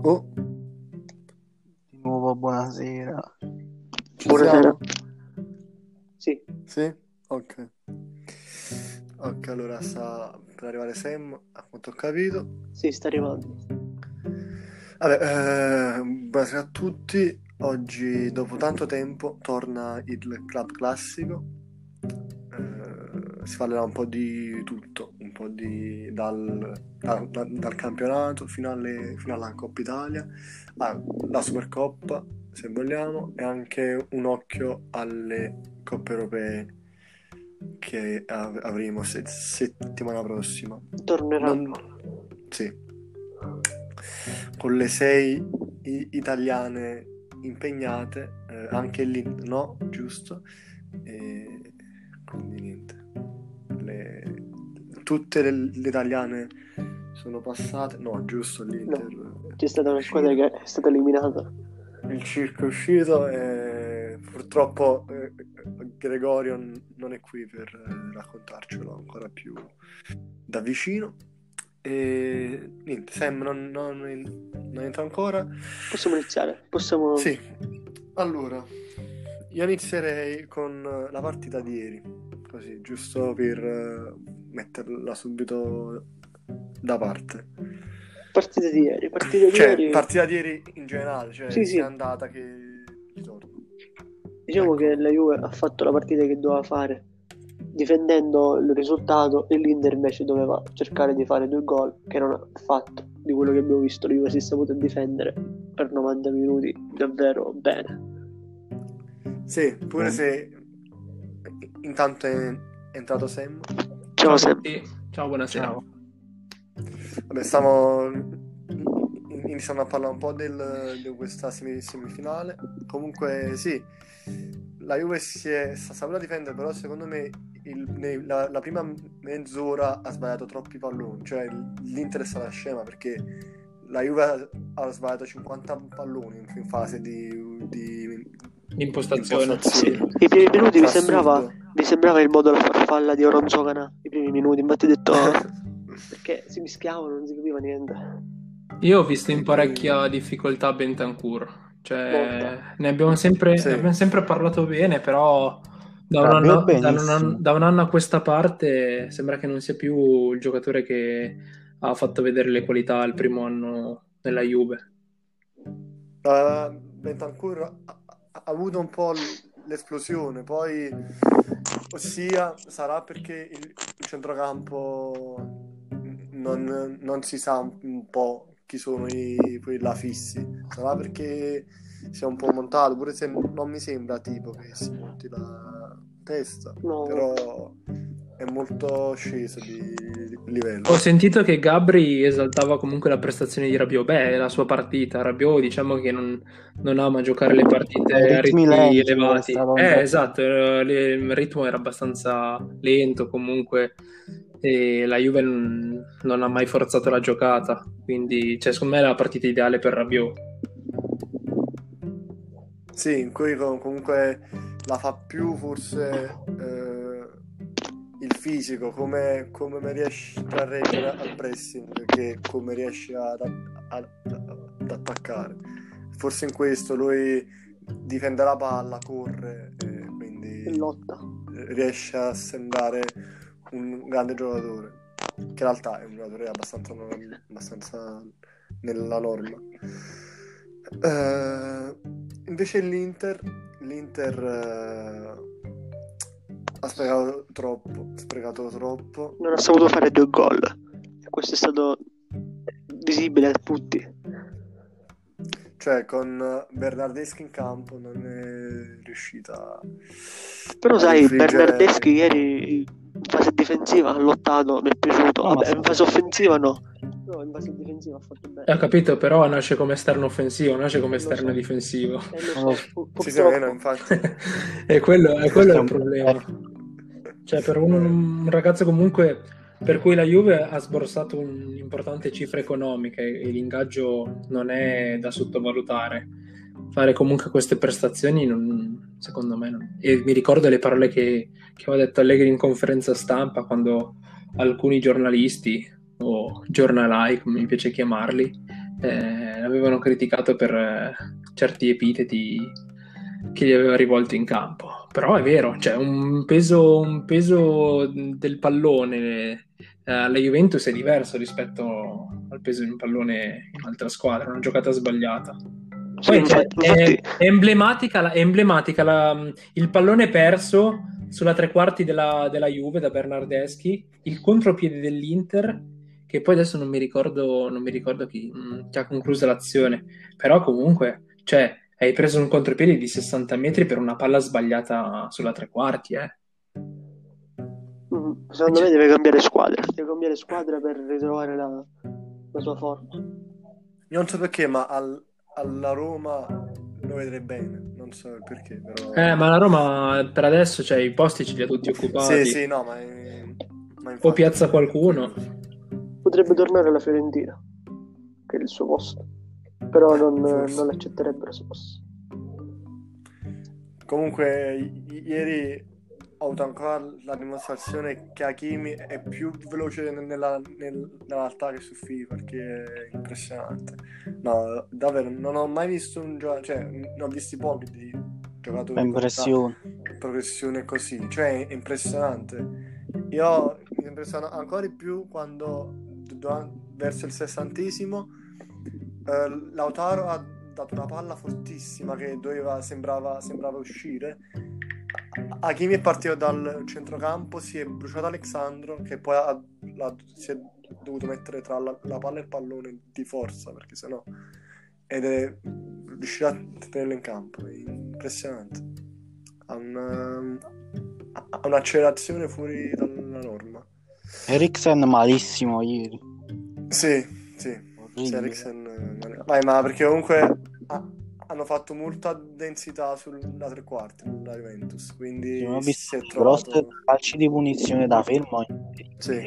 Oh, Di nuovo buonasera. ci Buonasera. siamo? Sì, Sì? Ok. Ok, allora sta per arrivare Sam, a quanto ho capito. sì, sta arrivando. Vabbè, buonasera a tutti. Oggi, dopo tanto tempo, torna il Club Classico. Si parlerà un po' di tutto, un po' dal campionato fino alla Coppa Italia, la Supercoppa, se vogliamo, e anche un occhio alle Coppe Europee che avremo settimana prossima. Torneranno. Sì, con le 6 italiane impegnate, anche lì no, giusto? E quindi niente. Tutte le italiane sono passate, no, giusto, l'Inter C'è stata una è squadra uscita. che è stata eliminata. Il circo è uscito e purtroppo Gregorio non è qui per raccontarcelo ancora più da vicino. E niente, Sam non entra ancora. Possiamo iniziare? Possiamo... Sì, allora io inizierei con la partita di ieri, così giusto per metterla subito da parte. Partita di ieri. Partita di Cioè, ieri... partita di ieri in generale, cioè Sì, sia sì. andata che ritorno. Diciamo Ecco. che la Juve ha fatto la partita che doveva fare, difendendo il risultato, e l'Inter invece doveva cercare di fare 2 gol che non ha fatto. Di quello che abbiamo visto, la Juve si è saputa difendere per 90 minuti davvero bene. Sì, pure se intanto è entrato Sam. Ciao Sam. Ciao, buonasera. Ciao. Vabbè, stiamo iniziando a parlare un po' di questa semifinale. Comunque sì, la Juve si è saputa difendere, però secondo me la prima mezz'ora ha sbagliato troppi palloni. Cioè l'Inter è stata scema, perché la Juve ha sbagliato 50 palloni in fase di Impostazione. Sì, i primi minuti mi Assurdo. sembrava il modo della farfalla di Oronzogana, i primi minuti, infatti ho detto perché si mischiavano, non si capiva niente. Io ho visto in parecchia difficoltà Bentancur, cioè Molta. ne abbiamo sempre, Sì. ne abbiamo sempre parlato bene, però da un, Rabiot anno, benissimo. da un anno a questa parte sembra che non sia più il giocatore che ha fatto vedere le qualità il primo anno nella Juve. Bentancur ha avuto un po' l'esplosione, poi ossia sarà perché il centrocampo non si sa un po' chi sono quelli là fissi, sarà perché si è un po' montato, pure se non mi sembra tipo che si monti la testa, No. però è molto sceso di livello. Ho sentito che Gabri esaltava comunque la prestazione di Rabiot. Beh, è la sua partita. Rabiot diciamo che non ama giocare le partite a Ritmi ritmi lenti, elevati. stava un po'. Esatto, il ritmo era abbastanza lento comunque e la Juve non ha mai forzato la giocata. Quindi, secondo me è la partita ideale per Rabiot. Sì, in cui comunque la fa più forse il fisico, come riesce a reggere al pressing, che come riesce ad attaccare. Forse in questo lui difende la palla, corre, quindi E lotta. riesce a sembrare un grande giocatore, che in realtà è un giocatore abbastanza nella norma. Invece l'Inter ha sprecato troppo. Non ha saputo fare 2 gol. E questo è stato visibile a tutti. Cioè con Bernardeschi in campo non è riuscita. Però ad sai, infliggere- Bernardeschi ieri in fase difensiva ha lottato, mi è piaciuto. No, ma Vabbè, in fase offensiva no. No, in fase difensiva ha fatto bene. Ho capito, però nasce come esterno offensivo, nasce come Lo esterno so. difensivo. Lo so, Sì, sì, no, purtroppo. infatti. E quello è Questo è il un problema. Cioè, per un ragazzo comunque per cui la Juve ha sborsato un'importante cifra economica e l'ingaggio non è da sottovalutare. Fare comunque queste prestazioni, secondo me, non. E mi ricordo le parole che aveva detto Allegri in conferenza stampa, quando alcuni giornalisti o giornalai, come mi piace chiamarli, l'avevano criticato per certi epiteti che gli aveva rivolto in campo. Però è vero, cioè un peso del pallone alla Juventus è diverso rispetto al peso di un pallone in un'altra squadra, una giocata sbagliata. Sì, Poi infatti, è emblematica il pallone perso sulla tre quarti della Juve da Bernardeschi, il contropiede dell'Inter, che poi adesso non mi ricordo chi ha concluso l'azione, però comunque, cioè, hai preso un contropiede di 60 metri per una palla sbagliata sulla tre quarti, secondo me deve cambiare squadra per ritrovare la sua forma. Io non so perché, ma alla Roma lo vedrei bene, non so il perché, però... Ma la Roma per adesso, cioè, i posti ce li ha tutti occupati. Sì, no, ma O infatti... piazza qualcuno. Potrebbe tornare alla Fiorentina, che è il suo posto, però non forse. accetterebbero se fosse. Comunque, ieri ho avuto ancora la dimostrazione che Hakimi è più veloce nell'attacco che su FIFA, perché è impressionante. No, davvero, non ho mai visto un giocatore, cioè, ne ho visti pochi di giocatori con Impressione. progressione così, cioè è impressionante. Io mi impressiono ancora di più quando verso il 60esimo Lautaro ha dato una palla fortissima che sembrava uscire. Hakimi è partito dal centrocampo, si è bruciato Alexandro, che poi si è dovuto mettere tra la palla e il pallone di forza, perché sennò ed è riuscito a tenerlo in campo. È impressionante, ha un'accelerazione fuori dalla norma. Eriksen malissimo ieri. Sì, Eriksen, ma perché comunque hanno fatto molta densità sulla tre quarti la Juventus, quindi Ho si visto è trovato... grossi calci di punizione da fermo. Sì.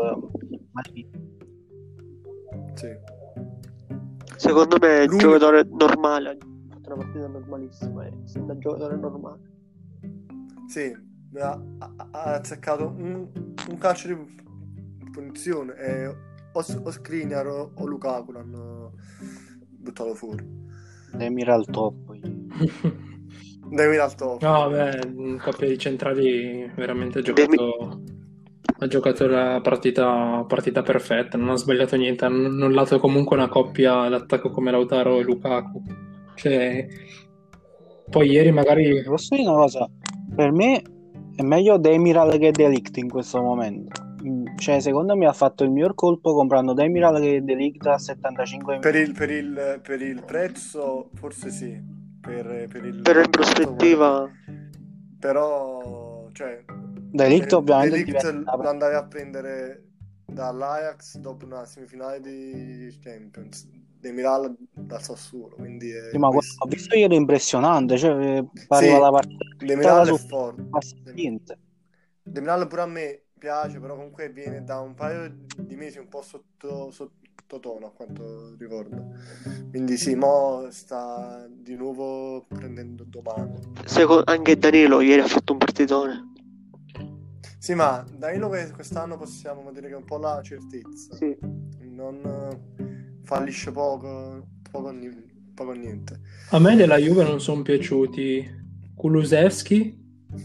Sì. Secondo me è un giocatore normale, ha fatto una partita normalissima, è un giocatore normale. Sì, ha azzeccato un calcio di punizione e o Skriniar o Lukaku l'hanno buttato fuori. Demir al top. Demir al top. No, beh, coppia di centrali veramente ha giocato la partita perfetta, non ha sbagliato niente, ha annullato comunque una coppia d'attacco come Lautaro e Lukaku. Cioè, poi ieri magari... Posso dire una cosa? Per me è meglio Demiral che De Ligt in questo momento. Cioè, secondo me ha fatto il miglior colpo comprando Demiral che De Ligt a 75 per il prezzo forse sì, però in prospettiva però cioè De Ligt ovviamente De Ligt lo andavi a prendere dall'Ajax dopo una semifinale di Champions, Demiral dal Sassuolo, quindi sì, ma ho visto ieri impressionante, cioè pareva sì, la partita Demiral è forte. Demiral pure a me piace, però comunque viene da un paio di mesi un po' sottotono a quanto ricordo, quindi sì, mo sta di nuovo prendendo domani. Anche Danilo ieri ha fatto un partitone. Sì, ma Danilo quest'anno possiamo dire che è un po' la certezza, sì. Non fallisce poco niente. A me della Juve non sono piaciuti Kulusevski,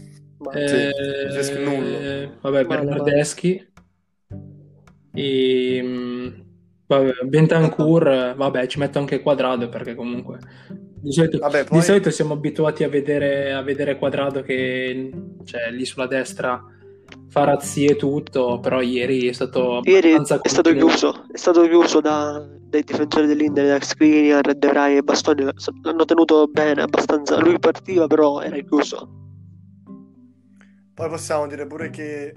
nullo. vabbè, Bernardeschi e Bentancur, vabbè, ci metto anche Quadrado perché comunque di solito siamo abituati a vedere Quadrado che cioè, lì sulla destra fa razzie e tutto, però ieri è stato abbastanza è stato chiuso dai difensori dell'Inter, da Skriniar, De Vrij e Bastoni. L'hanno tenuto bene abbastanza, lui partiva però era chiuso. Poi possiamo dire pure che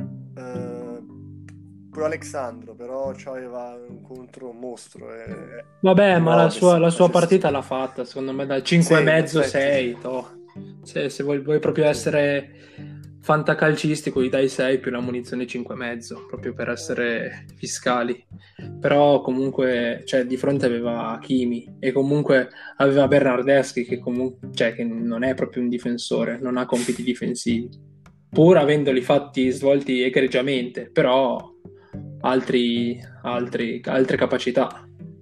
pure Alexandro però aveva un contro un mostro vabbè, ma la sua partita l'ha fatta secondo me da 5,5-6 se vuoi proprio essere fantacalcistico gli dai 6 più la munizione 5,5 proprio per essere fiscali, però comunque cioè, di fronte aveva Hakimi e comunque aveva Bernardeschi che comunque che non è proprio un difensore, non ha compiti difensivi pur avendoli fatti svolti egregiamente, però altre capacità.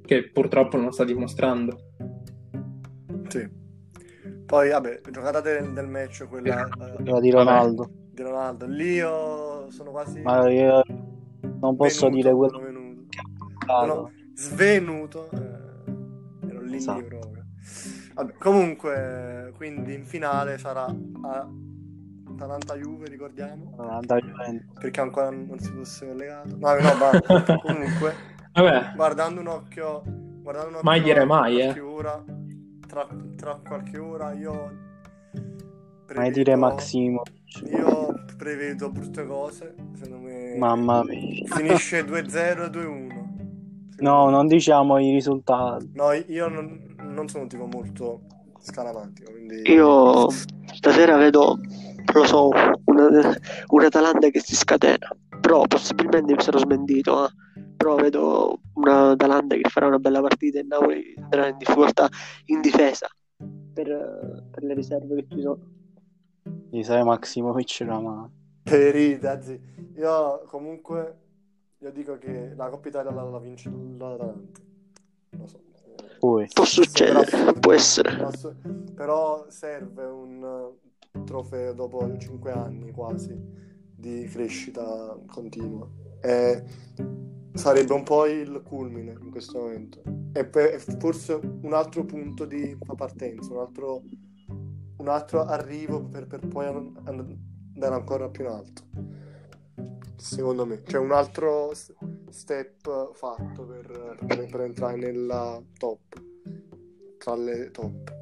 che purtroppo non sta dimostrando. Sì. Poi, vabbè, giocata del match, quella Quella di Ronaldo. di Ronaldo. Lì io sono quasi Ma io non posso venuto, dire quello sono venuto. che ha Sono fatto. svenuto. Ero lì Esatto. proprio. Vabbè, comunque, quindi in finale sarà Atalanta-Juve, ricordiamo. Da Juventus. Perché ancora non si fosse collegato. No, ma comunque, Vabbè, guardando un occhio mai dire mai, qualche ora, tra qualche ora io Mai dire Maximo. prevedo brutte cose. Secondo me Mamma mia. finisce 2-0, 2-1. No, non diciamo i risultati. No, io non sono tipo molto scaramantico, quindi Io stasera vedo, non lo so, un Atalanta che si scatena, però possibilmente mi sarò smentito, però vedo una Atalanta che farà una bella partita e Napoli andrà in difficoltà in difesa per le riserve che ci sono. Gli sai Maximovic la mano. anzi, io comunque dico che la Coppa Italia la vince l'Atalanta. Lo so. Poi. Può succedere, Sembra può essere. Però serve un trofeo dopo 5 anni quasi di crescita continua. E sarebbe un po' il culmine in questo momento. E forse un altro punto di partenza, un altro arrivo per poi andare ancora più in alto. Secondo me, c'è un altro step fatto per entrare nella top, tra le top,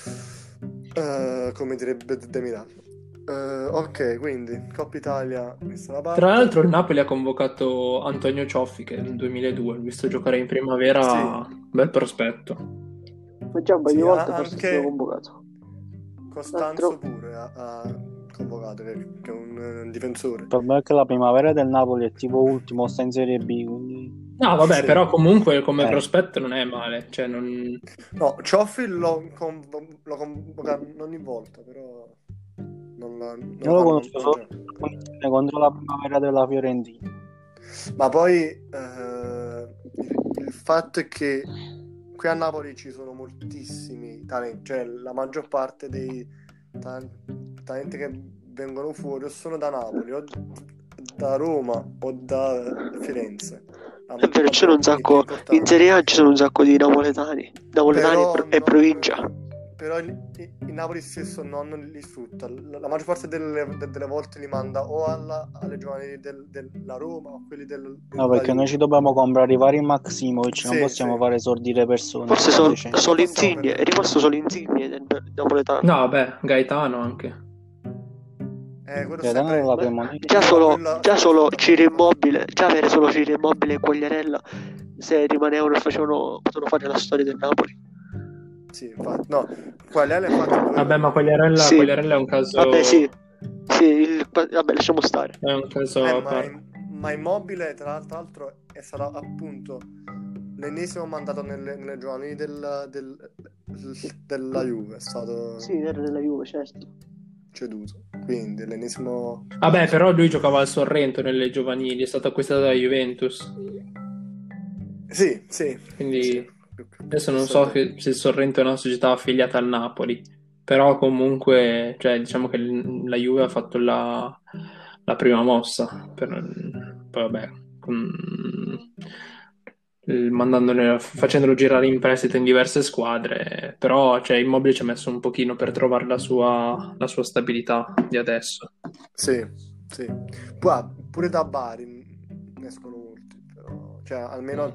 come direbbe De Milano. Ok, quindi Coppa Italia messa da parte. Tra l'altro il Napoli ha convocato Antonio Cioffi, che nel 2002 l'ho visto giocare in primavera, Sì. Bel prospetto. Ma già un paio di volte forse anche è stato convocato. Costanzo pure ha convocato, che è un difensore. Per me è che la primavera del Napoli è tipo ultimo, sta in Serie B, quindi... No, vabbè, Sì. però comunque come prospetto non è male. Cioè non... No, Cioffi lo convoca ogni volta, però non Io lo conosco solo contro la primavera della Fiorentina. Ma poi il fatto è che qui a Napoli ci sono moltissimi talenti, cioè la maggior parte dei talenti che vengono fuori o sono da Napoli o da Roma o da Firenze. È vero, ci sono un sacco in Serie A, ci sono un sacco di napoletani e provincia. Però il Napoli stesso non li sfrutta. La maggior parte delle volte li manda o alle giovanili della Roma o quelli no, perché noi ci dobbiamo comprare i vari Maximovic, non possiamo fare esordire persone. Forse solo Insigne, è rimasto solo Insigne del napoletano. No, vabbè, Gaetano anche. Già solo Ciro Immobile, già avere solo Ciro Immobile e Quagliarella, se rimanevano e potevano fare la storia del Napoli. Sì, infatti, no, Quagliarella è fatto. Vabbè, ma Quagliarella è un caso. Vabbè, sì, vabbè, lasciamo stare. È un caso ma Immobile, tra l'altro, sarà appunto l'ennesimo mandato nelle giovanili della Juve. È stato. Sì, era della Juve, certo. Ceduto, quindi l'ennesimo. Vabbè, però lui giocava al Sorrento nelle giovanili, è stato acquistato da Juventus. Sì. Quindi sì. Adesso non so se il Sorrento è una società affiliata al Napoli, però comunque, cioè, diciamo che la Juve ha fatto la prima mossa, poi vabbè, facendolo girare in prestito in diverse squadre, però cioè, Immobile ci ha messo un pochino per trovare la sua stabilità di adesso. Sì. Pure da Bari ne escono molti, però, cioè almeno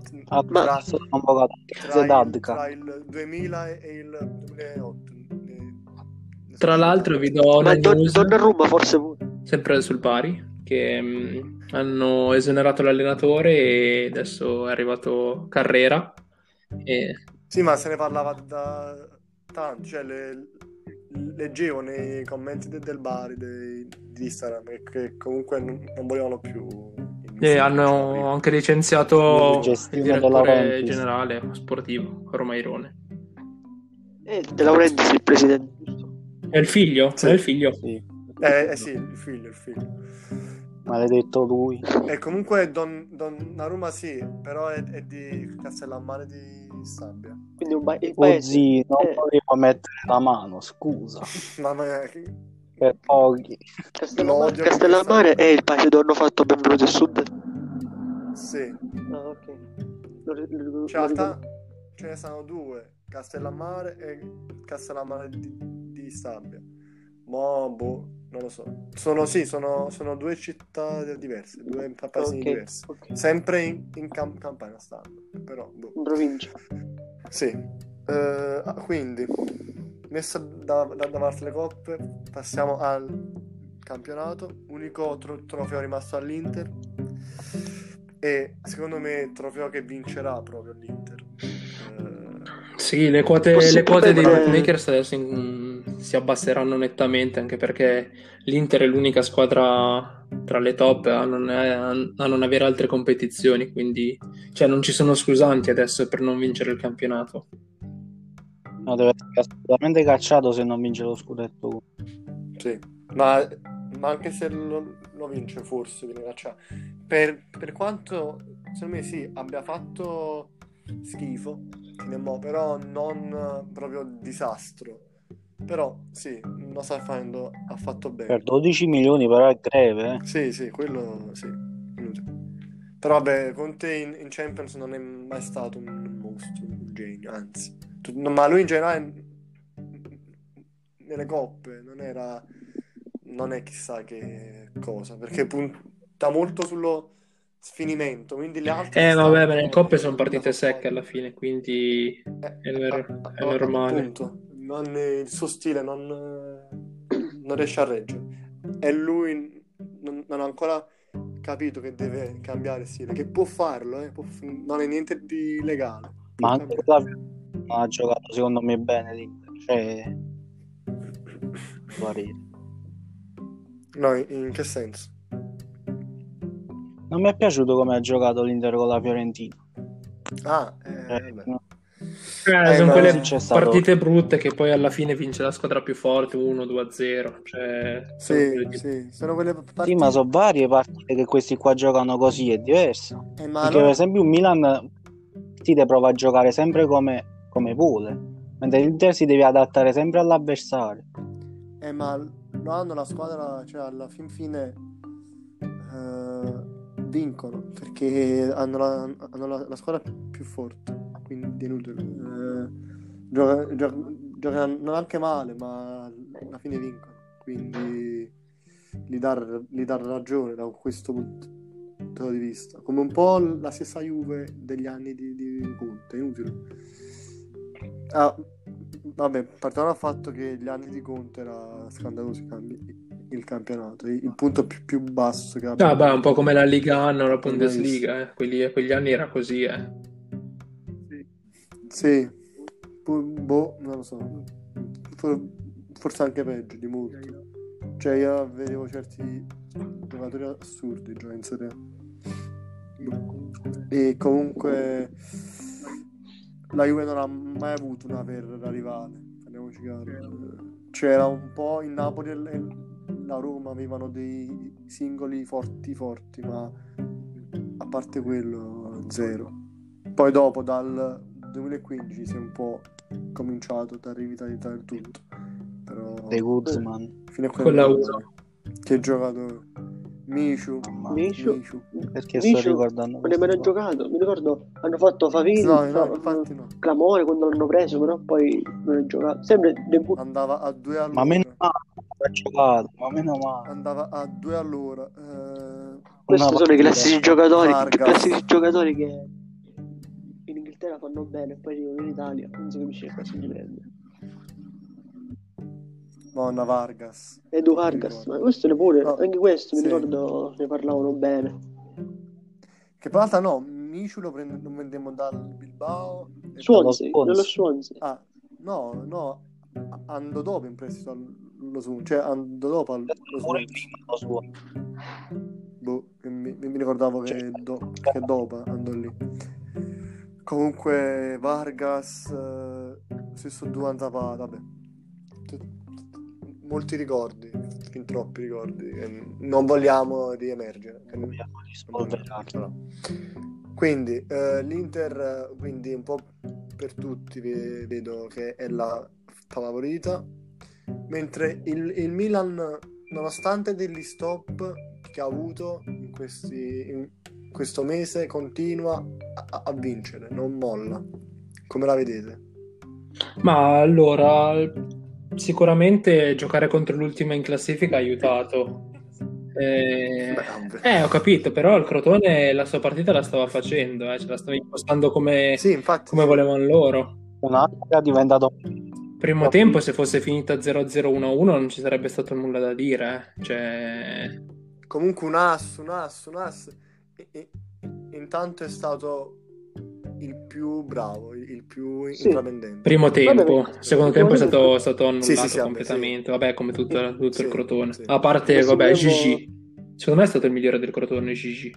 tra il 2000 e il 2008. Tra l'altro vi do una news, Donnarumma forse sempre sul Bari, che hanno esonerato l'allenatore e adesso è arrivato Carrera. Sì, ma se ne parlava da tanto, cioè leggevo nei commenti del Bari di Instagram che comunque non volevano più. E hanno anche licenziato il direttore generale sportivo, Romairone. De Laurentiis il presidente. È il figlio? Sì. È il figlio? Sì, il figlio. Maledetto lui. E comunque Donnarumma sì, però è di Castellammare di Stabia. Quindi il Oh paese zio, non è volevo mettere la mano, scusa. Mamma mia, Per pochi. Castellammare. l'odio con Castellammare è il paese dove hanno fatto Benvenuti al Sud. Sì, Ah, ok. cioè in realtà ce ne sono due, Castellammare e Castellammare di Stabia. Boh, non lo so. Sono due città diverse, due paesini Ok, diversi. ok. Sempre in Campania stanno, però boh. In provincia. Sì. Quindi, messa davanti le coppe, passiamo al campionato. Unico trofeo rimasto all'Inter. E secondo me il trofeo che vincerà proprio l'Inter. Sì, le quote Possibilmente- dei bookmakers adesso si abbasseranno nettamente, anche perché l'Inter è l'unica squadra tra le top a non avere altre competizioni, quindi cioè, non ci sono scusanti adesso per non vincere il campionato. No, deve essere assolutamente cacciato se non vince lo scudetto. Sì, ma anche se lo vince forse viene cacciato. Per quanto secondo me sì, abbia fatto schifo, però non proprio disastro. Però sì, lo sta facendo, ha fatto bene. Per 12 milioni però è greve, Sì, quello sì. Inutile. Però vabbè, Conte in Champions non è mai stato un mostro, un genio, anzi. Ma lui in generale nelle coppe non è chissà che cosa, perché punta molto sullo sfinimento, quindi le altre ci Vabbè, stanno, ma le però coppe sono lui la partite fa secche fare. alla fine, quindi è normale. Appunto, il suo stile non riesce a reggere. E lui non ha ancora capito che deve cambiare stile, che può farlo, non è niente di legale. Può ma anche cambiare. la ha giocato secondo me bene l'Inter, cioè parere. No, in che senso? Non mi è piaciuto come ha giocato l'Inter con la Fiorentina. Vabbè. Sono Ma quelle c'è stato... partite brutte che poi alla fine vince la squadra più forte 1-2-0. Cioè, sono quelle sì, sono quelle Sì, partite. ma sono varie partite che questi qua giocano così, è diverso. Ma Perché allora per esempio un Milan si deve prova a giocare sempre come vuole, mentre l'Inter si deve adattare sempre all'avversario. ma lo hanno la squadra, cioè alla fine vincono perché hanno la squadra più forte, quindi è inutile. Giocano anche male, ma alla fine vincono, quindi gli dà ragione da questo punto di vista, come un po' la stessa Juve degli anni di Conte, è inutile. Vabbè, partiamo dal fatto che gli anni di Conte era scandaloso il campionato, il punto più basso che abbia beh, un po' come la Liga Anno, la mai visto. Bundesliga. Quegli anni era così. Sì, non lo so, forse anche peggio di molto. Cioè io vedevo certi giocatori assurdi già in Serie A. E comunque la Juve non ha mai avuto una vera rivale, parliamoci chiaro. C'era un po' il Napoli e la Roma avevano dei singoli forti, ma a parte quello zero. Poi dopo dal 2015 si è un po' cominciato a rivitalizzare il tutto, però De Guzman. fino a Con la quel Uso. che giocatore Mishu Perché Mishu sto ricordando non è mai questo? giocato. Mi ricordo hanno fatto Favini, no, infatti no, clamore quando l'hanno preso, però poi non è giocato. Sempre debutto. andava a 2 Ma meno all'ora, male ha giocato, ma meno male. andava a 2 all'ora. Questi sono i classici giocatori, Vargas. Che in Inghilterra fanno bene e poi arrivano in Italia. Non si capisce che cosa gli prende. Nonna Vargas. Edu Mi Vargas, ricordo. ma questo pure, No, anche questo mi sì. ricordo ne parlavano bene. Che per l'altro no, Mishu lo vendemmo dal Bilbao. Swansea, nello Swansea. No, andò dopo in prestito allo Swansea, cioè andò dopo allo Pure Swansea. prima lo suo. Mi ricordavo che dopo andò lì. Comunque Vargas, stesso Duan Zapata, vabbè. Molti ricordi in troppi ricordi che non vogliamo riemergere. Dobbiamo rispolverarlo. Quindi l'Inter, quindi un po' per tutti vedo che è la favorita, mentre il Milan, nonostante degli stop che ha avuto in questo mese, continua a vincere, non molla. Come la vedete? Ma allora, sicuramente giocare contro l'ultima in classifica ha aiutato. Ho capito, però il Crotone la sua partita la stava facendo, ce la stava impostando come infatti, volevano loro. Un'altra è diventato Primo tempo, se fosse finita 0-0-1-1 non ci sarebbe stato nulla da dire. Cioè... Comunque un ass. Intanto è stato il più bravo, il più intraprendente. Primo tempo, secondo tempo è stato annullato sì, completamente. Vabbè, come tutto il Crotone. Sì. A parte, Gigi. Secondo me è stato il migliore del Crotone, Gigi.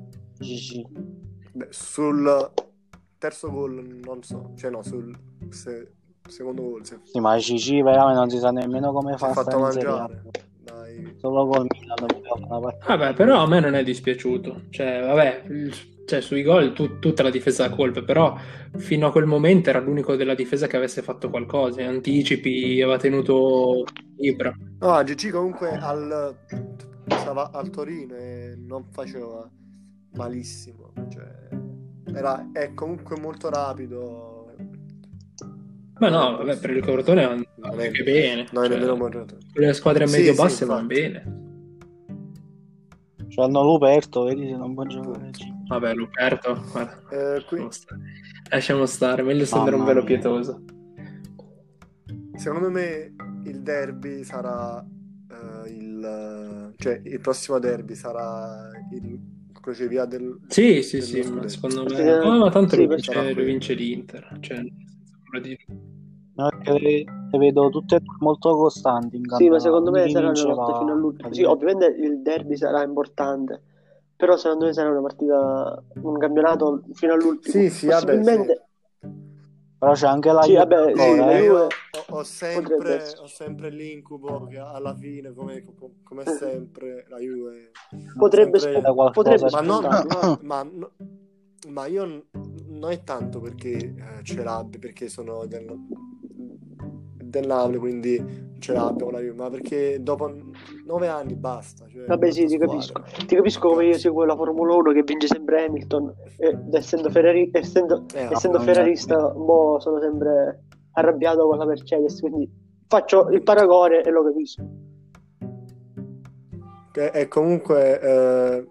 Beh, sul terzo gol non so, cioè no, sul secondo gol sì, ma Gigi veramente non si sa nemmeno come fa a fatto stare in Serie A. mangiare. Dai. Solo col Milan. Vabbè, però a me non è dispiaciuto. Cioè, sui gol tutta la difesa ha colpe, però fino a quel momento era l'unico della difesa che avesse fatto qualcosa. In anticipi aveva tenuto libero. No, Gigi comunque stava al Torino e non faceva malissimo, cioè è comunque molto rapido. Ma no, vabbè, per il Crotone non è che bene. Non è nemmeno un buon giocatore. Le squadre medio-basse vanno bene. C'hanno Luperto, vedi se non può giocare. Vabbè, Luperto, guarda. Qui... Lasciamo stare, meglio stendere un velo pietoso. Secondo me il derby sarà il prossimo derby sarà il crocevia del Sì, ma secondo me ma tanto lo vince l'Inter, cioè no, le vedo tutte molto costanti in campionato. Sì, ma secondo me sarà una lotta fino all'ultimo. Sì, ovviamente il derby sarà importante, però secondo me sarà una partita, un campionato fino all'ultimo. Sì, possibilmente. Però c'è anche la Juve. Io ho sempre l'incubo che alla fine, come sempre, la Juve potrebbe ma io non è tanto perché ce l'abbia, perché sono del Napoli, quindi ce l'abbiamo la Juve, ma perché dopo 9 anni basta. Cioè, vabbè, sì, ti capisco come io seguo la Formula 1 che vince sempre Hamilton, essendo ferrarista, sono sempre arrabbiato con la Mercedes, quindi faccio il paragone e lo capisco. E comunque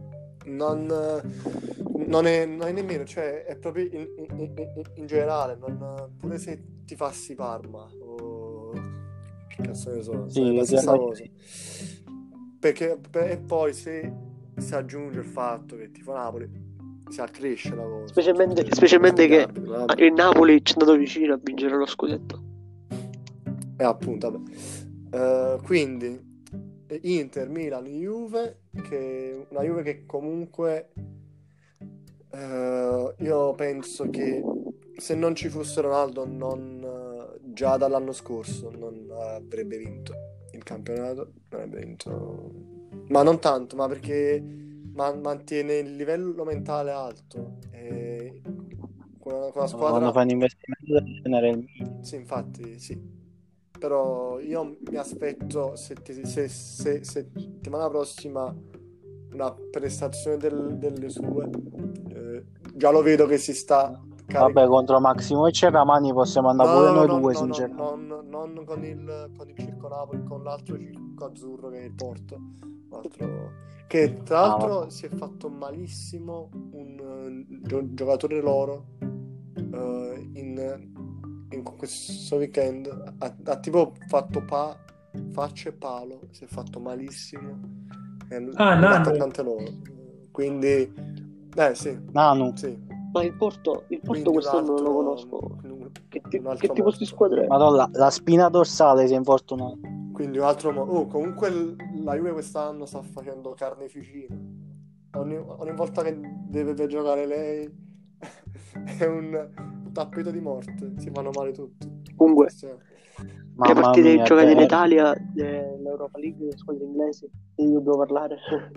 non è nemmeno, cioè è proprio in generale, pure se ti fassi Parma o che cazzo ne so, è la stessa cosa. Perché e poi se si aggiunge il fatto che tifo Napoli, si accresce la cosa, specialmente che il Napoli ci è andato vicino a vincere lo scudetto. E appunto, vabbè. Quindi Inter, Milan, Juve, una Juve che comunque io penso che se non ci fosse Ronaldo già dall'anno scorso non avrebbe vinto il campionato, non avrebbe vinto, ma non tanto, ma perché mantiene il livello mentale alto e con la squadra quando fa un investimento deve tenere il minimo. Sì, infatti sì, però io mi aspetto settimana prossima una prestazione delle sue. Già lo vedo che si sta vabbè, contro Massimo e Cerramani possiamo andare pure noi due, sinceramente. Non con il Circo Napoli, con l'altro circo azzurro che è il Porto, che tra l'altro si è fatto malissimo un giocatore loro in questo weekend ha tipo fatto faccia e palo, si è fatto malissimo l'attaccante loro, quindi sì. Nanu. Sì. Ma il Porto quest'anno non lo conosco. Che tipo di squadra è? Madonna, la spina dorsale si è infortunata. Quindi un altro comunque la Juve quest'anno sta facendo carneficina. Ogni volta che deve giocare lei è un tappeto di morte, si fanno male tutti. Comunque, che Mamma partite mia, giocate in derby. Italia dell'Europa League, le squadre inglesi, di cui dobbiamo parlare?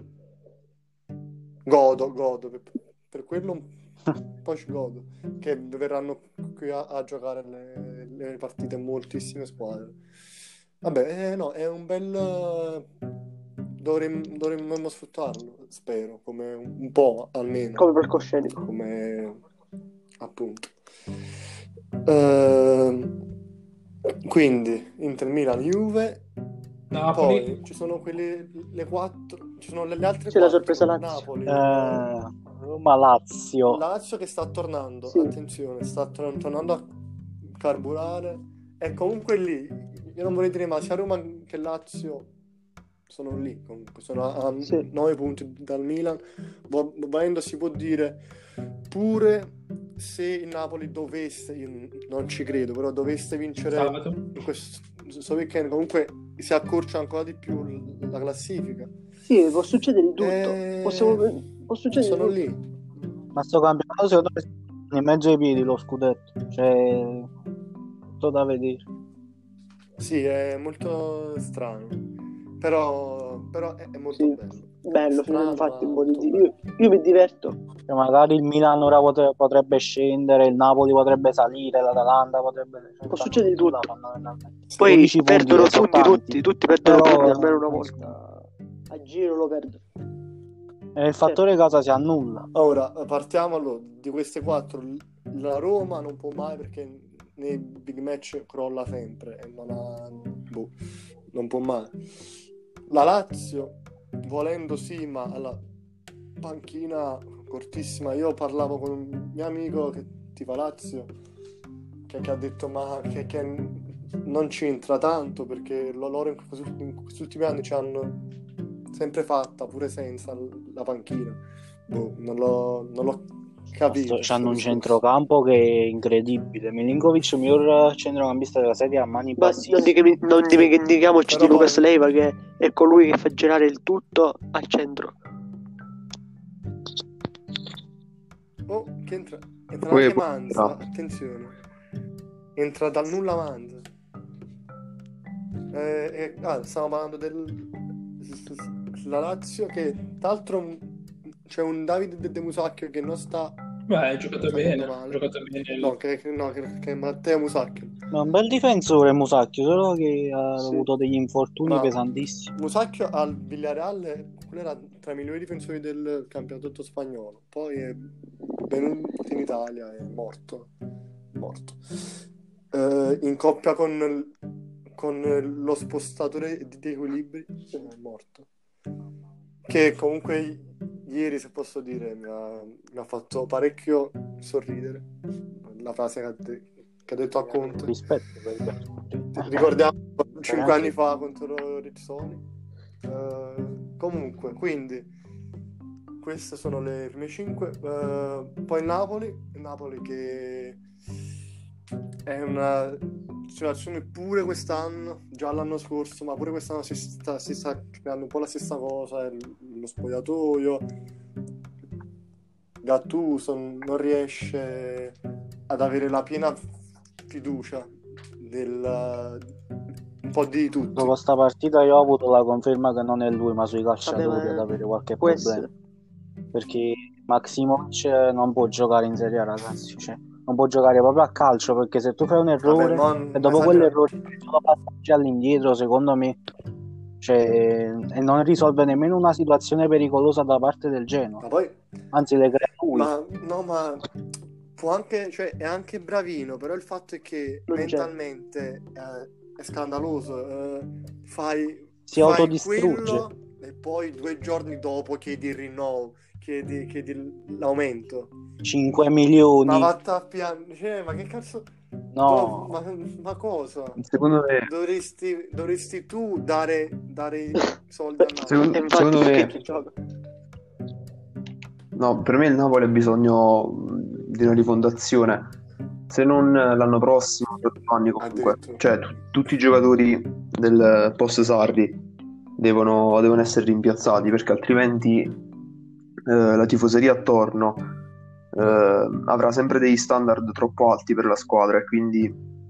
Godo, per quello un po' ci godo, che verranno qui a giocare le partite moltissime squadre. Vabbè, no, è un bel... dovremmo sfruttarlo, spero, come un po' almeno, Come palcoscenico. come appunto. Quindi Inter, Milan, Juve. Napoli. Poi ci sono quelle le quattro, ci sono le altre C'è la quattro. sorpresa Lazio. Napoli, Roma-Lazio. Lazio che sta tornando, Sì. attenzione, sta tornando a carburare. E comunque lì, io non vorrei dire, ma sia Roma che Lazio sono lì, comunque sono a Sì. 9 punti dal Milan. Volendo si può dire, pure se il Napoli dovesse, io non ci credo, però dovesse vincere Sabato. in questo weekend, comunque si accorcia ancora di più la classifica. Sì, può succedere di tutto. Può succedere sono di tutto. lì. Ma sto campionato secondo me è in mezzo ai piedi lo scudetto. Cioè, tutto da vedere. Sì, è molto strano, però è molto Sì, bello. bello, Strano, infatti ma un po' molto di... bello. Io mi diverto. Cioè, magari il Milan ora potrebbe scendere, il Napoli potrebbe salire, l'Atalanta potrebbe... Può succedere di nulla, tutto. fondamentalmente. Poi 12 perdono sono punti, tanti, tutti perdono però punti almeno una volta. A giro lo perdo. il fattore casa si annulla. Ora, partiamo allora, di queste quattro, la Roma non può mai perché nei big match crolla sempre e non può mai. La Lazio, volendo sì, ma alla panchina cortissima. Io parlavo con un mio amico che tifa Lazio che ha detto ma che non c'entra tanto perché loro in questi ultimi anni ci hanno sempre fatta pure senza la panchina. Non l'ho capito. C'hanno un centrocampo che è incredibile. Milinkovic, miglior centrocampista della serie a mani Ma bassissime. non dimentichiamoci Però di Lucas poi- Leiva, che è colui che fa girare il tutto al centro. Oh, che entra Poi anche Manza, bravo. attenzione. Entra dal nulla Manza. Stiamo parlando della Lazio che tra l'altro c'è un Davide De Musacchio che non sta Beh, ha giocato bene. male. Ha giocato bene. No, che è Matteo Musacchio. Ma un bel difensore Musacchio, solo che ha Sì. avuto degli infortuni Ma- pesantissimi. Musacchio al Villarreal, quello era tra i migliori difensori del campionato spagnolo. Poi è venuto in Italia, è morto. In coppia con lo spostatore di equilibri, è morto. Che comunque ieri, se posso dire, mi ha fatto parecchio sorridere. La frase che ha detto a Conte. Rispetto. Ricordiamo 5 anni anche- fa contro Rizzoli. Comunque, quindi queste sono le prime 5. Poi il Napoli che è una situazione pure quest'anno, già l'anno scorso, ma pure quest'anno si sta creando un po' la stessa cosa, lo spogliatoio. Gattuso non riesce ad avere la piena fiducia un po' di tutti. Dopo sta partita io ho avuto la conferma che non è lui, ma sui calciatori Vabbè, ad avere qualche può problema. essere. Perché Maximovic non può giocare in Serie A, ragazzi. Cioè, non può giocare proprio a calcio, perché se tu fai un errore Vabbè, e dopo quell'errore solo passaggi all'indietro, secondo me, cioè, e non risolve nemmeno una situazione pericolosa da parte del Genoa. Ma poi, Anzi, le crea lui. ma può anche, cioè, è anche bravino, però il fatto è che Non c'è. mentalmente è scandaloso. Si autodistrugge. quello e poi 2 giorni dopo chiedi il rinnovo, chiedi l'aumento. 5 milioni. Ma vattene a piangere, cioè, ma che cazzo? No. Ma cosa? Secondo me, Dovresti tu dare soldi a Napoli. Secondo- E infatti secondo perché me- chi gioca? no, per me il Napoli ha bisogno di una rifondazione. Se non l'anno prossimo, tra 2 anni comunque. Addirittura. Cioè, tutti i giocatori del post Sarri devono essere rimpiazzati, perché altrimenti la tifoseria attorno avrà sempre degli standard troppo alti per la squadra, e quindi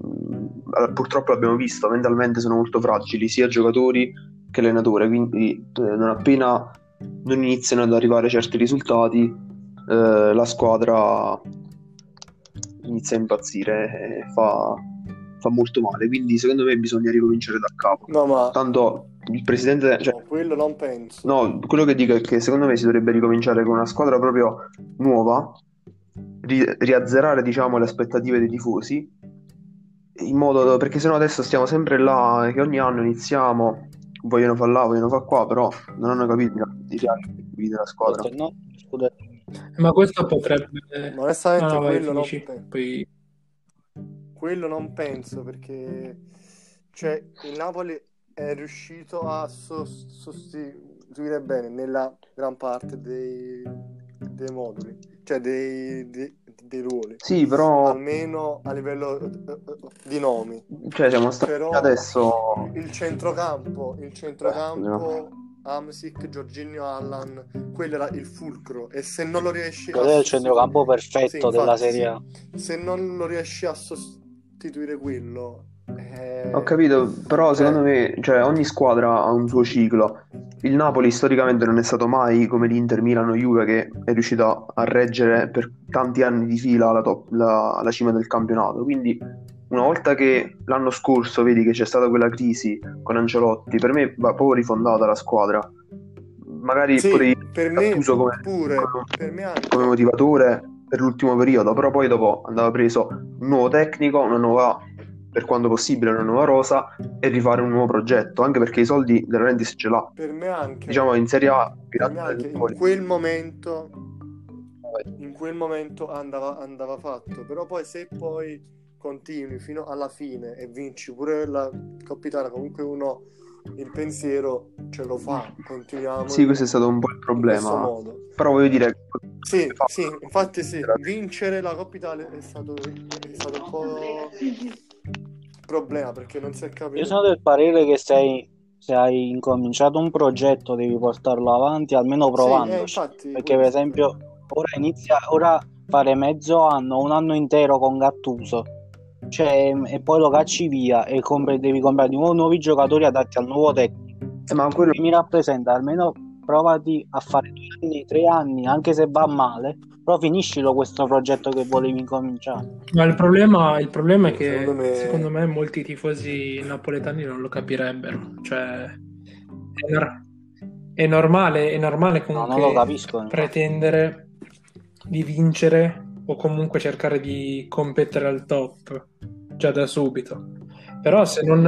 purtroppo l'abbiamo visto, mentalmente sono molto fragili, sia giocatori che allenatore, quindi non appena non iniziano ad arrivare certi risultati, la squadra inizia a impazzire e fa molto male, quindi secondo me bisogna ricominciare da capo. No, ma Tanto il presidente, cioè, no, quello non penso. no, quello che dico è che secondo me si dovrebbe ricominciare con una squadra proprio nuova, riazzerare, diciamo, le aspettative dei tifosi, in modo perché sennò adesso stiamo sempre là che ogni anno iniziamo, vogliono far là, vogliono far qua, però non hanno capito di della squadra. No, scusate. Ma questo potrebbe... Ma onestamente No, vai, quello non finisci. penso. Poi... Quello non penso perché cioè, il Napoli è riuscito a sostituire bene nella gran parte dei moduli, cioè dei ruoli, Sì, però almeno a livello di nomi. cioè, siamo stati Però adesso il centrocampo Hamsik, Jorginho, Allan, quello era il fulcro, e se non lo riesci Quello è il centrocampo perfetto della Serie A. se non lo riesci a sostituire quello, ho capito, però secondo me, cioè, ogni squadra ha un suo ciclo. Il Napoli storicamente non è stato mai come l'Inter, Milano, Juve, che è riuscito a reggere per tanti anni di fila la cima del campionato. Quindi una volta che l'anno scorso vedi che c'è stata quella crisi con Ancelotti, per me va proprio rifondata la squadra. Magari sì, pure per me Gattuso per me anche. come motivatore per l'ultimo periodo, però poi dopo andava preso un nuovo tecnico, una nuova, per quanto possibile, una nuova rosa, e rifare un nuovo progetto, anche perché i soldi De Laurentiis ce l'ha. Per me anche. Diciamo in Serie A, per me anche in quel momento andava fatto, però poi se poi continui fino alla fine e vinci pure la Coppa Italia, comunque uno il pensiero ce lo fa, continuiamo sì, questo è stato un po' il in problema, questo modo. però voglio dire sì, infatti sì, vincere la Coppa Italia è stato un po' problema, perché non si è capito. Io sono del parere che se hai incominciato un progetto devi portarlo avanti almeno provandoci, perché per esempio ora fare mezzo anno, un anno intero con Gattuso, cioè, e poi lo cacci via e devi comprare di nuovo nuovi giocatori adatti al nuovo tecnico. ma quello mi rappresenta, almeno provati a fare 2 anni, 3 anni, anche se va male, però finiscilo questo progetto che volevi incominciare. Ma il problema è che secondo me molti tifosi napoletani non lo capirebbero, cioè è normale comunque non lo capisco, pretendere di vincere o comunque cercare di competere al top già da subito, però se non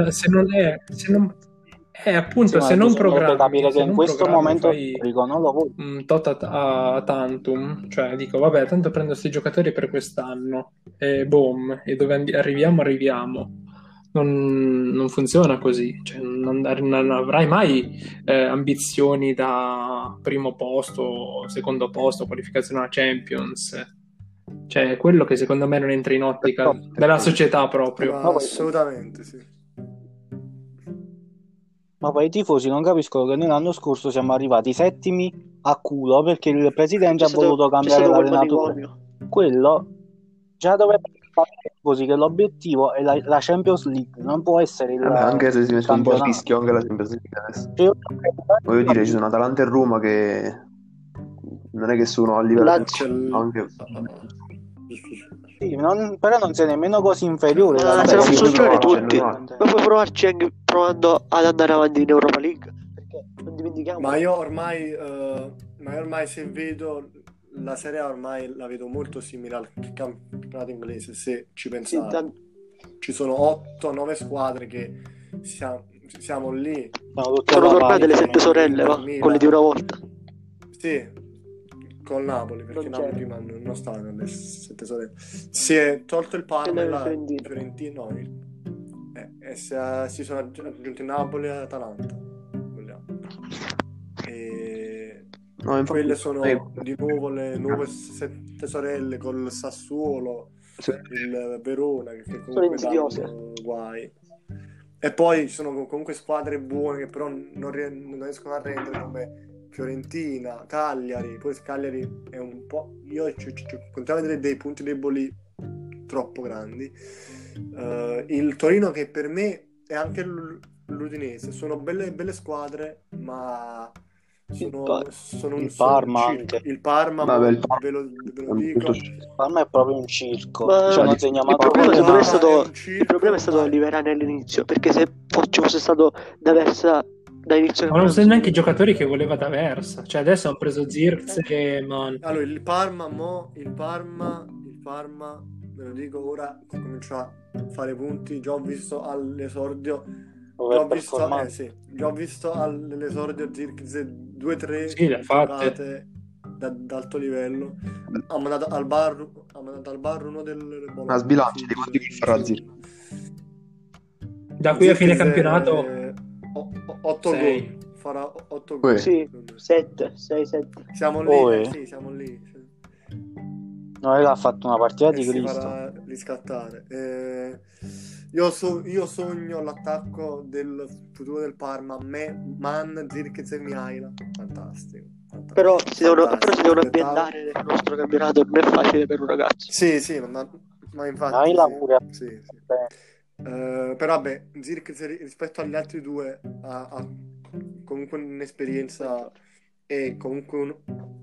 appunto, se non programmi, capire che in questo momento fai non lo vuoi. tot a tantum, cioè dico vabbè, tanto prendo questi giocatori per quest'anno e boom, e dove arriviamo. Non funziona così, cioè, non avrai mai ambizioni da primo posto, secondo posto, qualificazione alla Champions, cioè è quello che secondo me non entra in ottica della società proprio. Assolutamente sì. Ma poi i tifosi non capiscono che noi l'anno scorso siamo arrivati settimi a culo perché il presidente ha voluto cambiare l'allenatore. Quello già dovrebbe fare così, che l'obiettivo è la Champions League, non può essere il anche se si mette un po' a rischio anche la Champions League adesso. Voglio dire, ci sono Atalanta e Roma che non è che sono a livello anche sì, però non sei nemmeno così inferiore. Ma se non possono giocare tutti, ma puoi provarci anche provando ad andare avanti in Europa League, perché non dimentichiamo. Ma io ormai se vedo la Serie A, ormai la vedo molto simile al campionato inglese, se ci pensate. Ci sono 8-9 squadre che siamo lì. Sono tornate le 7 sorelle, quelle di una volta. Sì, col Napoli, perché Napoli prima non stava nelle 7 sorelle. Si è tolto il Parma e la Fiorentina, si sono aggiunti Napoli e Atalanta. Quelle sono di nuovo le nuove 7 sorelle col Sassuolo, il Verona, che comunque danno guai. E poi ci sono comunque squadre buone che però non riescono a rendere, come Fiorentina, Cagliari. Poi Cagliari è un po', io continuo a vedere dei punti deboli troppo grandi. Il Torino, che per me è anche l'Udinese, sono belle squadre, ma sono il Parma circo. Il Parma, vabbè, il ve lo dico. Il Parma è proprio un circo. Il problema è stato Liverani all'inizio, perché se ci fosse stato D'Aversa da inizio, ma non sono neanche i giocatori che voleva D'Aversa, cioè adesso hanno preso Zirkzee, allora il Parma, ve lo dico ora, comincia a fare punti. Già ho visto all'esordio all'esordio Zirkzee 2-3 giocate d'alto livello. Ha mandato al bar uno del ma sbilancia di quanti che farà Zirkzee da qui a fine campionato. 8 gol, farà 8 gol. Sì, 7. Siamo lì, sì, siamo lì. No, lui ha fatto una partita di Cristo. Si farà riscattare. Io sogno l'attacco del futuro del Parma. Man, Zirkzee e Mihaila. Fantastico. Però si devono ambientare nel nostro campionato, non è facile per un ragazzo. Sì, ma infatti Mihaila pure. Sì. Però vabbè, Zirkzee rispetto agli altri due ha comunque un'esperienza e comunque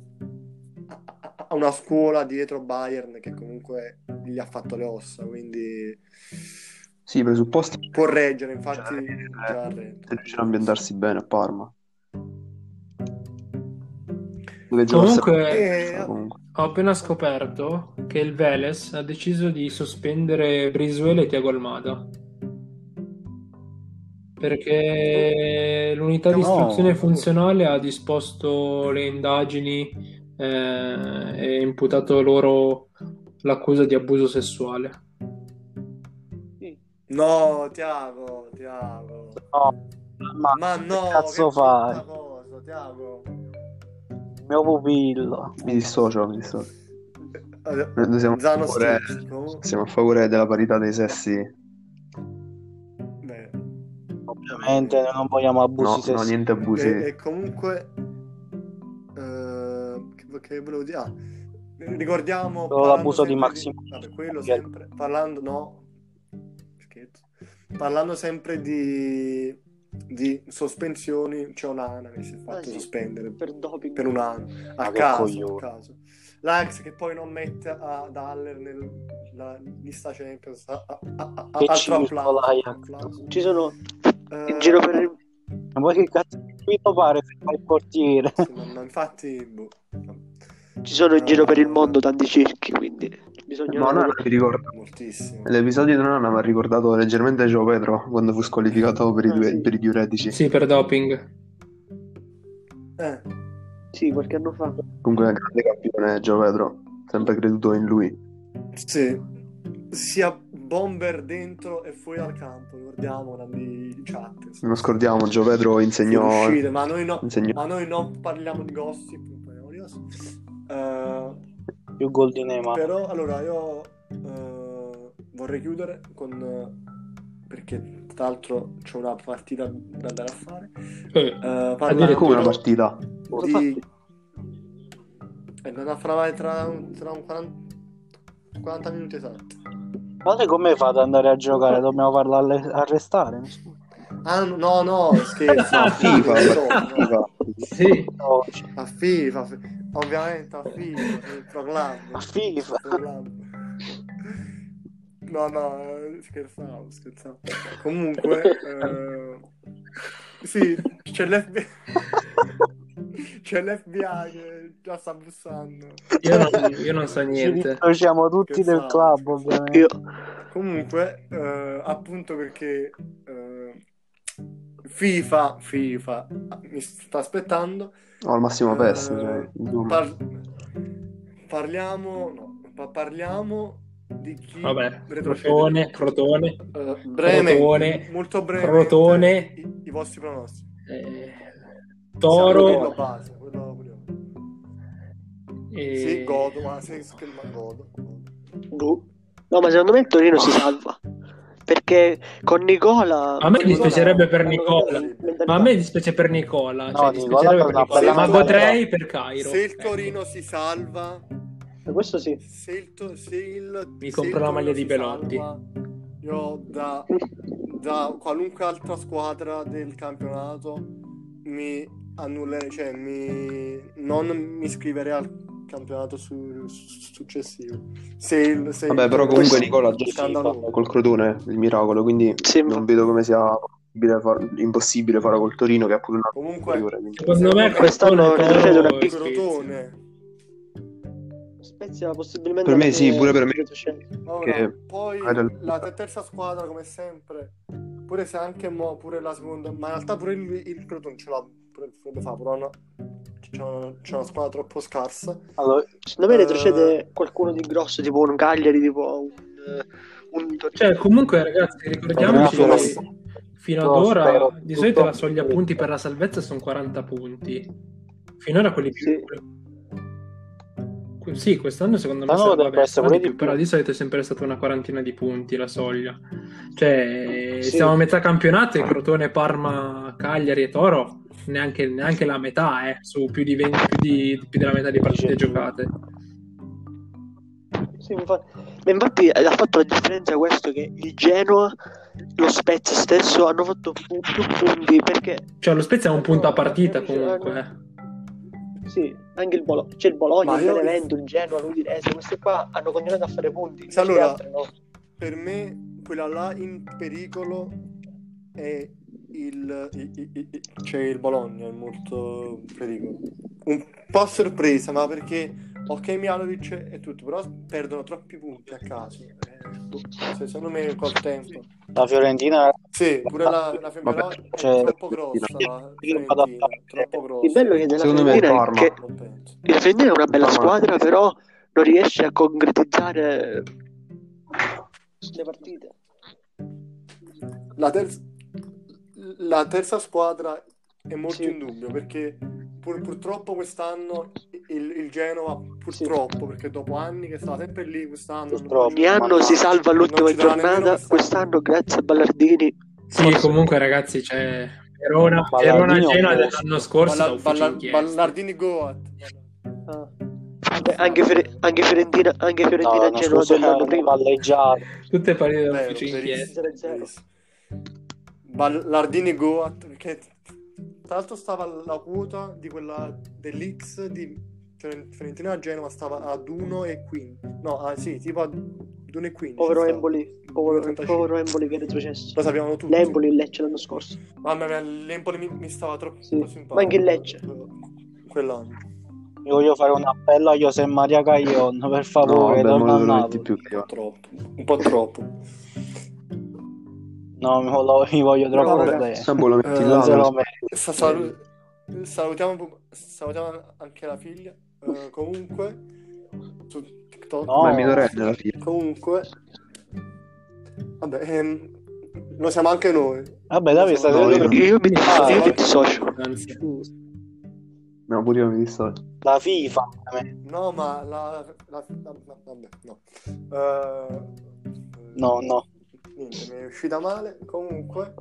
ha una scuola dietro Bayern che comunque gli ha fatto le ossa, quindi sì, i presupposti può reggere, infatti se riuscirà a ambientarsi bene a Parma. Comunque ho appena scoperto che il Vélez ha deciso di sospendere Brizuela e Thiago Almada perché l'unità di istruzione funzionale ha disposto le indagini e imputato loro l'accusa di abuso sessuale. No, Thiago. No, ma no, che cazzo fai? Thiago, mio pupillo. Mi dissocio. Noi siamo a favore della parità dei sessi. Ovviamente non vogliamo abusi sessi. No, niente abusi. E comunque che volevo dire? Ricordiamo l'abuso di Massimo. Quello sempre parlando sempre di sospensioni. C'è Onana che si è fatto sospendere per doping per un anno a caso. L'Ajax che poi non mette ad Haller nella lista Champions. Altro applauso. Ci sono in giro per il... Ma poi che cazzo qui pare per fare il portiere? Ma infatti ci sono in giro per il mondo tanti circhi, quindi bisogna... Ma non mi ricordo moltissimo. L'episodio di Nonna mi ha ricordato leggermente Gio Pedro quando fu squalificato per i diuretici. Sì, per doping. Sì, qualche anno fa. Comunque è grande campione Gio Pedro, sempre creduto in lui. Sì, sia bomber dentro e fuori dal campo, ricordiamo grandi chat. Non scordiamo, Gio Pedro insegnò... ma noi non parliamo di gossip, più gol di Neymar. Però allora io vorrei chiudere perché tra l'altro c'è una partita da andare a fare. Come una partita? Non a fare tra un 40 minuti esatti. Ma come fate ad andare a giocare? Dobbiamo farla arrestare? No, scherzo. A FIFA. Sì. A FIFA, ovviamente a FIFA, il proclamo. A FIFA. No, scherzavo. Comunque, sì, c'è l'FBI. C'è l'FBI che già sta bussando. Io non so niente. Noi siamo tutti del club, ovviamente. Comunque, appunto perché FIFA mi sta aspettando. Al massimo PES. Parliamo di chi. Vabbè, Crotone. Brevemente, molto breve. Crotone. I vostri pronostici. Toro. Sì, godo, ma godo. No, ma secondo me il Torino si salva. Perché con Nicola... A me dispiacerebbe per Nicola. Ma a me dispiace per Nicola. No, Nicola ma potrei per Cairo. Se il Torino si salva, Questo sì. Mi compro la maglia di Belotti. Io da qualunque altra squadra del campionato mi annullerei, cioè non mi iscriverei al campionato successivo. Vabbè, però comunque Nicola già col Crotone il miracolo, quindi non vedo come sia impossibile fare col Torino, che ha pure una comunque secondo me quest'anno il Crotone Spezia possibilmente per me sì, pure per me poi la terza squadra come sempre, pure se anche pure la seconda, ma in realtà pure il Crotone ce l'ha pure fa, però no, c'è una squadra troppo scarsa. Allora, secondo me retrocede qualcuno di grosso, tipo un Cagliari, tipo un cioè comunque ragazzi ricordiamoci fino ad ora di solito la soglia punti per la salvezza sono 40 punti, finora quelli più sì, quest'anno secondo me sarà di più, però di solito è sempre stata una quarantina di punti la soglia, cioè siamo a metà campionato e Crotone, Parma, Cagliari e Toro neanche la metà, su più di 20, più della metà di partite giocate. Sì, infatti ha fatto la differenza questo, che il Genoa, lo Spezia stesso hanno fatto più punti, perché cioè lo Spezia ha un punto a partita comunque. Sì, anche c'è il Bologna, il Benevento, il Genoa, l'Udinese, questi qua hanno continuato a fare punti. Allora, per me quella là in pericolo è c'è il Bologna, è molto pericolo. Un po' a sorpresa, ma perché Mihajlovic e tutto, però perdono troppi punti a caso. Secondo me col tempo. La Fiorentina sì, pure la Fiorentina è troppo grossa, la Fiorentina, troppo grossa. Il bello è che della Fiorentina è che la Fiorentina è una bella squadra, però non riesce a concretizzare le partite. La terza squadra è molto in dubbio, perché purtroppo quest'anno il Genova, purtroppo, perché dopo anni che stava sempre lì, quest'anno ogni anno si salva all'ultima giornata, quest'anno grazie a Ballardini. Sì, comunque ragazzi, c'è Verona Genoa dell'anno scorso, Ballardini Goat. Anche Fiorentina Genoa dell'anno prima. Tutte partite d'ufficio inchieste. Ballardini Goat, perché tra l'altro stava alla quota di quella dell'X di Fiorentina a Genova, stava ad 1,15. Tipo ad 1,15. Povero Empoli che è retrocesso. Lo sappiamo tutti. L'Empoli il Lecce l'anno scorso. Mamma mia, l'Empoli mi stava troppo simpatico. Ma anche il Lecce quell'anno. Io voglio fare un appello a José Maria Caglion, per favore, torna a Napoli. Un po' troppo. No, mi voglio troppo bene. Salutiamo anche la figlia. Comunque su TikTok. No, è minorenne la figlia. Comunque vabbè, lo siamo anche noi. Vabbè, Davide, io mi dissocio. No, pure io mi dissocio. La FIFA. No, ma vabbè, no. No. Niente, mi è uscita male. Comunque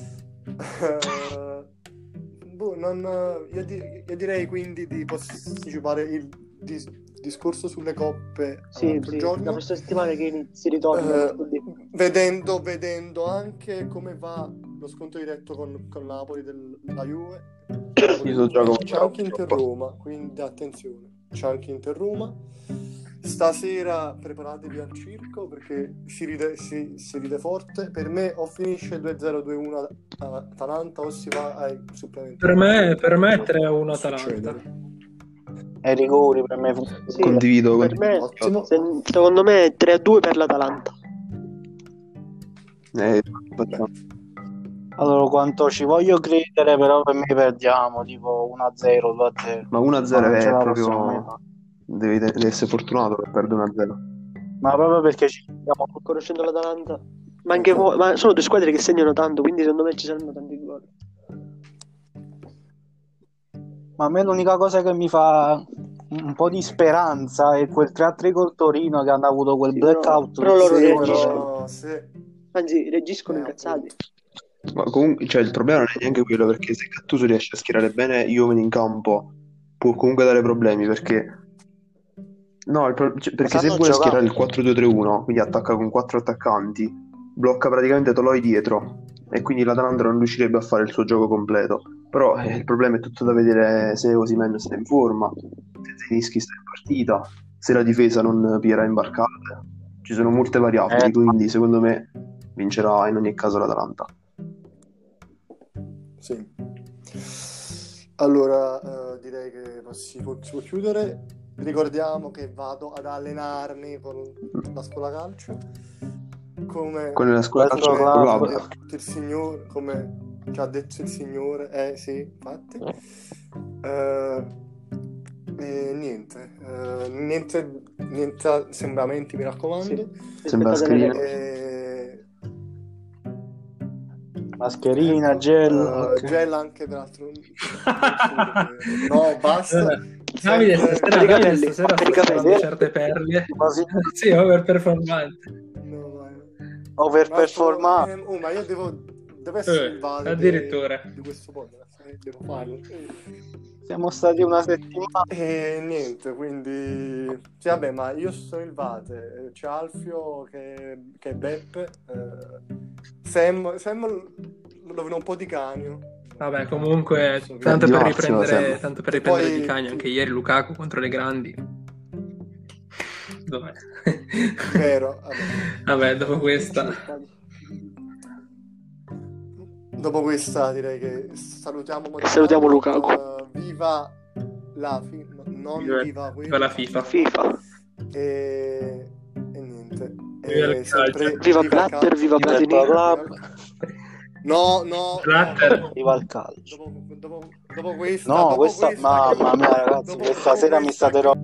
io direi quindi di posticipare il discorso sulle coppe giorno. La prossima settimana che si ritorna, vedendo anche come va lo scontro diretto con Napoli della Juve. C'è anche Inter-Roma, quindi attenzione, c'è anche Inter-Roma. Stasera preparatevi al circo, perché si ride forte. Per me o finisce 2-0, 2-1 Atalanta o si va ai supplementari. Per me è 3-1 Atalanta. Ai rigori per me. Sì, condivido. Per me, secondo me è 3-2 per l'Atalanta. Allora, quanto ci voglio credere, però per me perdiamo tipo 1-0, 2-0. Ma 1-0 è proprio... Devi essere fortunato per perdere 1-0. Ma proprio perché ci stiamo conoscendo l'Atalanta. Ma anche ma sono due squadre che segnano tanto, quindi secondo me ci saranno tanti gol. Ma a me l'unica cosa che mi fa un po' di speranza è quel 3-3 col Torino, che hanno avuto quel blackout. Però loro reagiscono. Anzi, reagiscono incazzati. Ma comunque, cioè, il problema non è neanche quello, perché se Gattuso riesce a schierare bene gli uomini in campo può comunque dare problemi, perché No, perché se vuole schierare il 4-2-3-1, quindi attacca con 4 attaccanti, blocca praticamente Toloi dietro e quindi l'Atalanta non riuscirebbe a fare il suo gioco completo. Però il problema è tutto da vedere se Osimhen sta in forma, se Zelinski sta in partita, se la difesa non pierà imbarcate. Ci sono molte variabili, quindi secondo me vincerà in ogni caso l'Atalanta. Sì. Allora, direi che si può chiudere. Ricordiamo che vado ad allenarmi con la scuola calcio. Con la scuola calcio club. Il signore, come ci ha detto il signore, sì, infatti. Niente assembramenti, mi raccomando. Sì. Sembra mascherina. Mascherina, gel. Okay. Gel anche per altro. No, basta. Davide stasera sta certe perle. Sì, overperformante. Overperformante. Ma io devo essere il vale addirittura di questo podcast, devo farlo. Siamo stati una settimana e niente, quindi sì, vabbè, ma io sono il Vate, c'è Alfio che è Beppe, Sam lo vedo un po' di Canio. Vabbè, comunque tanto per riprendere di Canio, anche ieri Lukaku contro le grandi. Dov'è? Vero. Vabbè, dopo questa direi che salutiamo Lukaku. Viva la FIFA, non viva la FIFA. E niente. Viva Blatter, viva Platini. No. Viva il calcio. Dopo questa. No, questa, mamma mia, ragazzi, questa sera mi state